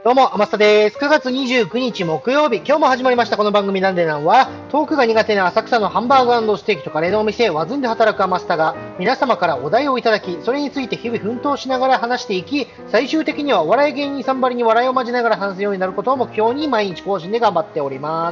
どうも、天下です。9月29日木曜日、今日も始まりましたこの番組なんでなんは、トークが苦手な浅草のハンバーグ&ステーキとカレーのお店、ワズンで働く天下が、皆様からお題をいただき、それについて日々奮闘しながら話していき、最終的にはお笑い芸人さんばりに笑いをまじながら話すようになることを目標に毎日更新で頑張っております。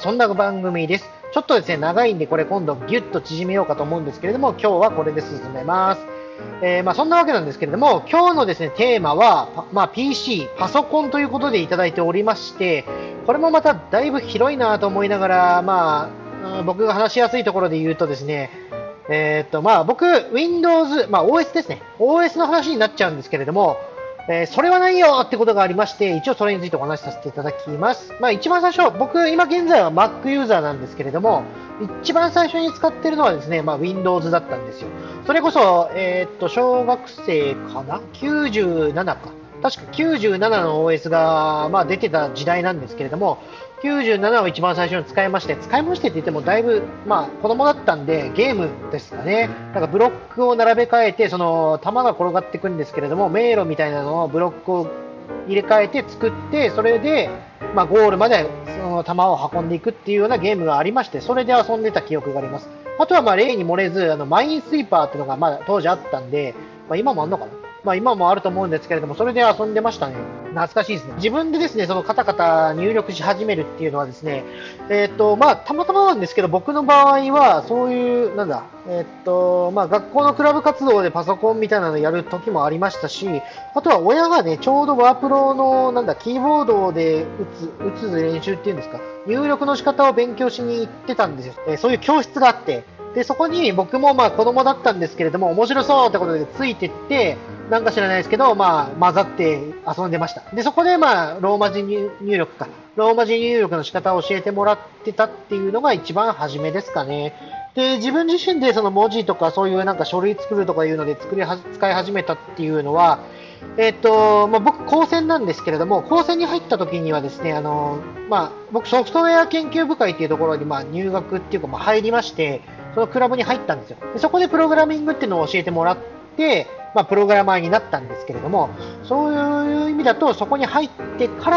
そんな番組です。ちょっとですね、長いんでこれ今度ギュッと縮めようかと思うんですけれども、今日はこれで進めます。そんなわけなんですけれども、今日のですね、テーマは、PC、パソコンということでいただいておりまして、これもまただいぶ広いなと思いながら、僕が話しやすいところで言うとですね、僕、Windows、OS ですね、OS の話になっちゃうんですけれども、それはないよってことがありまして、一応それについてお話しさせていただきます。一番最初、僕、今現在は Mac ユーザーなんですけれども、一番最初に使ってるのはですね、Windows だったんですよ。それこそ、小学生かな ?97 か。確か97の OS が、出てた時代なんですけれども、97を一番最初に使いましてって言ってもだいぶ、子供だったんで、ゲームですかね。なんかブロックを並べ替えて、その、弾が転がっていくんですけれども、迷路みたいなのをブロックを入れ替えて作って、それで、ゴールまでその弾を運んでいくっていうようなゲームがありまして、それで遊んでた記憶があります。あとは例に漏れず、マインスイーパーっていうのが当時あったんで、今もあんのかな今もあると思うんですけれども、それで遊んでましたね。懐かしいですね。自分でですね、そのカタカタ入力し始めるっていうのはですね、たまたまなんですけど、僕の場合は、そういう、学校のクラブ活動でパソコンみたいなのやる時もありましたし、あとは親がね、ちょうどワープロの、キーボードで打つ練習っていうんですか、入力の仕方を勉強しに行ってたんですよ。そういう教室があって、で、そこに僕も子供だったんですけれども、面白そうってことでついてって、なんか知らないですけど、混ざって遊んでました。で、そこでローマ字入力か。ローマ字入力の仕方を教えてもらってたっていうのが一番初めですかね。で、自分自身でその文字とかそういう書類作るとかいうので使い始めたっていうのは、僕、高専なんですけれども、高専に入った時にはですね、僕、ソフトウェア研究部会っていうところに入学っていうか入りまして、そのクラブに入ったんですよ。でそこでプログラミングっていうのを教えてもらって、プログラマーになったんですけれども、そういう意味だと、そこに入ってから、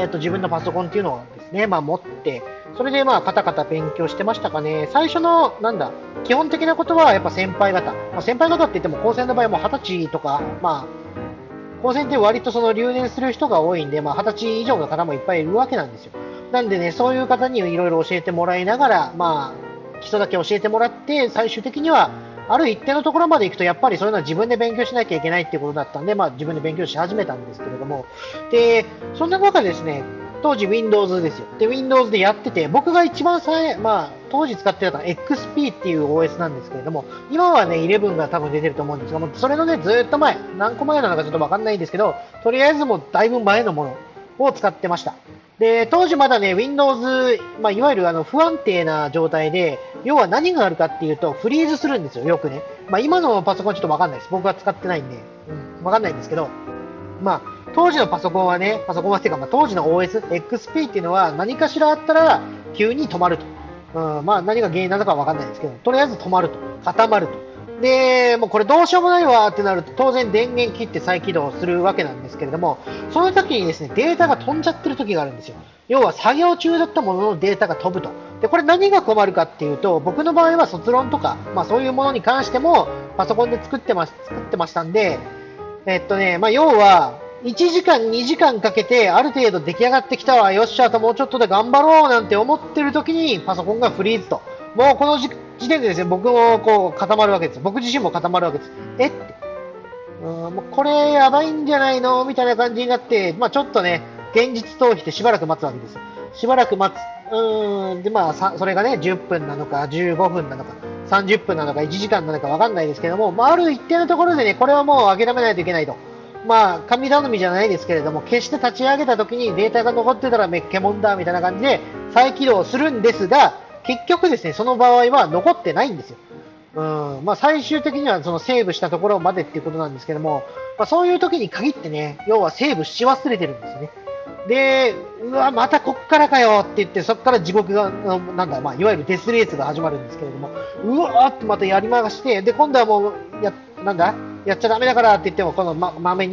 自分のパソコンっていうのをですね、持って、それでカタカタ勉強してましたかね。最初の、基本的なことはやっぱ先輩方。先輩方って言っても、高専の場合も20歳とか、高専って割とその留年する人が多いんで、20歳以上の方もいっぱいいるわけなんですよ。なんでね、そういう方にいろいろ教えてもらいながら、基礎だけ教えてもらって、最終的には、ある一定のところまで行くと、やっぱりそういうのは自分で勉強しなきゃいけないっていうことだったんで、自分で勉強し始めたんですけれども、で、そんな中でですね、当時 Windows ですよ。で、Windows でやってて、僕が一番当時使ってたのは XP っていう OS なんですけれども、今はね、11が多分出てると思うんですが、それのね、ずっと前、何個前なのかちょっとわかんないんですけど、とりあえずもうだいぶ前のものを使ってました。で、当時まだね、Windows、いわゆる不安定な状態で、要は何があるかっていうと、フリーズするんですよ、よくね。今のパソコンちょっとわかんないです。僕は使ってないんで、わかんないんですけど、当時のパソコンはっていうか、当時の OS、XP っていうのは何かしらあったら急に止まると。何が原因なのかわかんないですけど、とりあえず止まると。固まると。で、もうこれどうしようもないわってなると、当然電源切って再起動するわけなんですけれども、その時にですね、データが飛んじゃってる時があるんですよ。要は作業中だったもののデータが飛ぶと。で、これ何が困るかっていうと、僕の場合は卒論とか、そういうものに関してもパソコンで作ってましたんで、要は、1時間、2時間かけて、ある程度出来上がってきたわ、よっしゃ、あともうちょっとで頑張ろうなんて思ってる時に、パソコンがフリーズと。もうこの時点でですね、僕もこう固まるわけです。僕自身も固まるわけです。って。もうこれやばいんじゃないのみたいな感じになって、ちょっとね、現実逃避でしばらく待つわけです。しばらく待つ。で、それがね、10分なのか、15分なのか、30分なのか、1時間なのかわかんないですけども、ある一定のところでね、これはもう諦めないといけないと。神頼みじゃないですけれども、決して立ち上げた時にデータが残ってたらめっけもんだ、みたいな感じで再起動するんですが、結局ですね、その場合は残ってないんですよ。最終的にはそのセーブしたところまでっていうことなんですけども、そういう時に限ってね、要はセーブし忘れてるんですよね。で、うわ、またこっからかよって言って、そこから地獄が、いわゆるデスレースが始まるんですけれども、うわーってまたやりまして、で、今度はもう、やっちゃダメだからって言っても、このまめにね、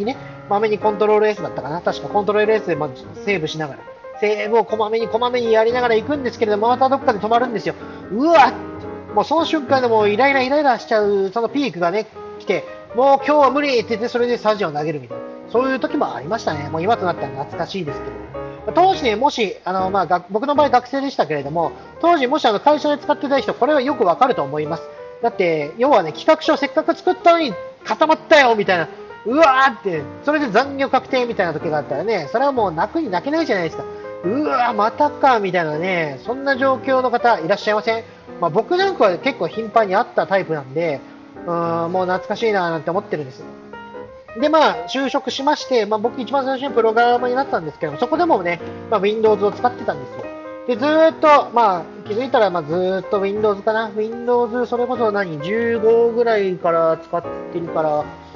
まめにコントロール S だったかな。確かコントロール S でまずセーブしながら。セーブをこまめにやりながら行くんですけれども、またどっかで止まるんですよ。うわっ、もうその瞬間でもうイライラしちゃう、そのピークがね、来て、もう今日は無理って言って、それでサジを投げるみたいな。そういう時もありましたね。もう今となったら懐かしいですけど。当時ね、もし、僕の場合学生でしたけれども、当時もし会社で使ってた人、これはよくわかると思います。だって、要はね、企画書せっかく作ったのに固まったよみたいな。うわーって、それで残業確定みたいな時があったらね、それはもう泣けないじゃないですか。うわー、またかみたいなね、そんな状況の方いらっしゃいません？僕なんかは結構頻繁にあったタイプなんで、もう懐かしいなーなんて思ってるんです。で、就職しまして、僕一番最初にプログラマーになったんですけど、そこでもね、Windows を使ってたんですよ。で、ずーっと、気づいたら、ずーっと Windows かな。Windows、それこそ15ぐらいから使ってるから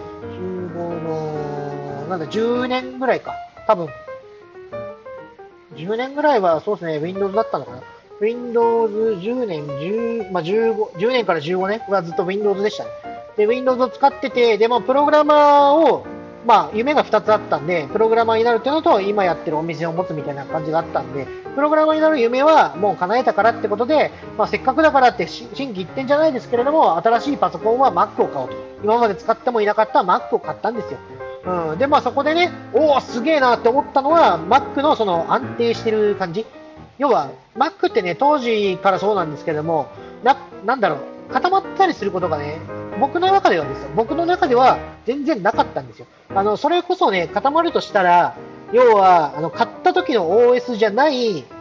、15の、10年ぐらいか。多分。10年ぐらいは、そうですね、Windows だったのかな。Windows 10年、10年から15年はずっと Windows でしたね。で、Windows を使ってて、で、プログラマーを、夢が2つあったんで、プログラマーになるっていうのと、今やってるお店を持つみたいな感じがあったんで、プログラマーになる夢はもう叶えたからってことで、せっかくだからって心機一転じゃないですけれども、新しいパソコンは Mac を買おうと。今まで使ってもいなかった Mac を買ったんですよ。で、そこでね、すげえなって思ったのは、Mac のその安定してる感じ。要は、Mac ってね、当時からそうなんですけれども、なんだろう、固まったりすることがね、僕の中では全然なかったんですよ。それこそね、固まるとしたら、要は、買った時の OS じゃない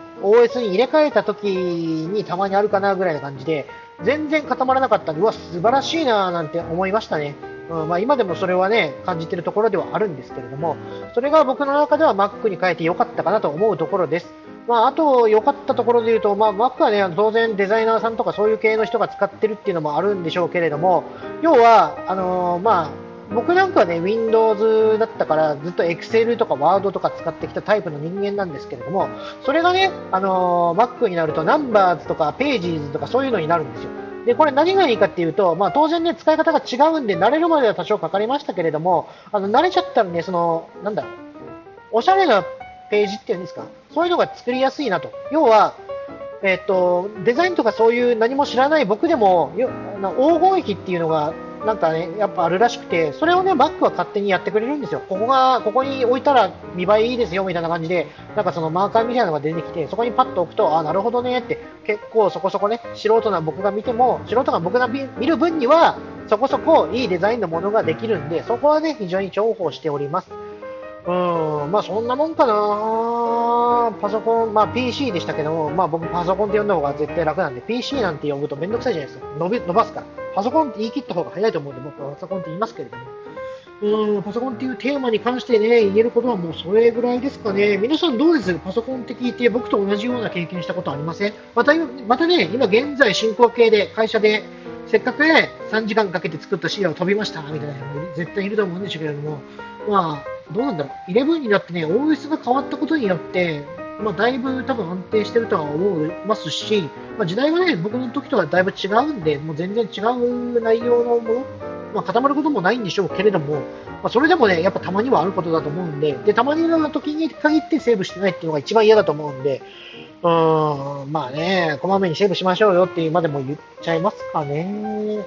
OS に入れ替えた時にたまにあるかなぐらいな感じで、全然固まらなかったんで、素晴らしいなーなんて思いましたね。今でもそれはね、感じてるところではあるんですけれども、それが僕の中では Mac に変えてよかったかなと思うところです。あと良かったところで言うと、Mac はね、当然デザイナーさんとかそういう系の人が使ってるっていうのもあるんでしょうけれども、要は、僕なんかはね、Windows だったからずっと Excel とか Word とか使ってきたタイプの人間なんですけれども、それがね、Mac になると Numbers とか Pages とかそういうのになるんですよ。で、これ何がいいかっていうと、当然ね、使い方が違うんで、慣れるまでは多少かかりましたけれども、慣れちゃったらね、おしゃれなページっていうんですか、そういうのが作りやすいなと。要は、デザインとかそういう何も知らない僕でも、黄金域っていうのが、やっぱあるらしくて、それをね、Mac は勝手にやってくれるんですよ。ここに置いたら見栄えいいですよ、みたいな感じで、そのマーカーみたいなのが出てきて、そこにパッと置くと、なるほどねって、結構そこそこね、素人が僕が見る分には、そこそこいいデザインのものができるんで、そこはね、非常に重宝しております。そんなもんかな。パソコン、PC でしたけども、僕パソコンって呼んだ方が絶対楽なんで、PC なんて呼ぶとめんどくさいじゃないですか。伸ばすから。パソコンって言い切った方が早いと思うんで、僕はパソコンって言いますけれども。パソコンっていうテーマに関してね、言えることはもうそれぐらいですかね。皆さんどうです？パソコンって聞いて僕と同じような経験したことありません？またね、今現在進行形で会社で、せっかくね、3時間かけて作った資料を飛びました、みたいな人絶対いると思うんですけれども、どうなんだろう。11になってね、OS が変わったことによって、だいぶ多分安定してるとは思いますし、時代がね、僕の時とはだいぶ違うんで、もう全然違う内容のもの、固まることもないんでしょうけれども、それでもね、やっぱたまにはあることだと思うんで、たまにの時に限ってセーブしてないっていうのが一番嫌だと思うんで、こまめにセーブしましょうよって今でも言っちゃいますかね。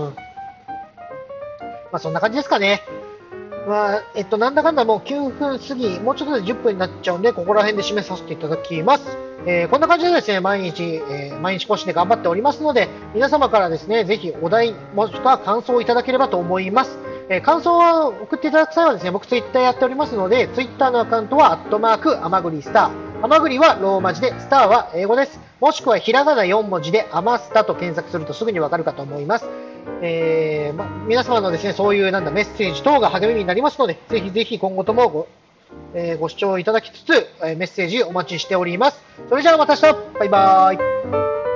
そんな感じですかね。なんだかんだもう9分過ぎ、もうちょっとで10分になっちゃうんで、ここら辺で締めさせていただきます。こんな感じでですね、毎日更新で頑張っておりますので、皆様からですね、ぜひお題、もしくは感想をいただければと思います。感想を送っていただく際はですね、僕ツイッターやっておりますので、ツイッターのアカウントは、アマグリスター。アマグリはローマ字で、スターは英語です。もしくはひらがな4文字で、アマスタと検索するとすぐにわかるかと思います。皆様のですね、そういうメッセージ等が励みになりますので、ぜひぜひ今後ともご視聴いただきつつ、メッセージお待ちしております。それじゃあまた明日、バイバーイ。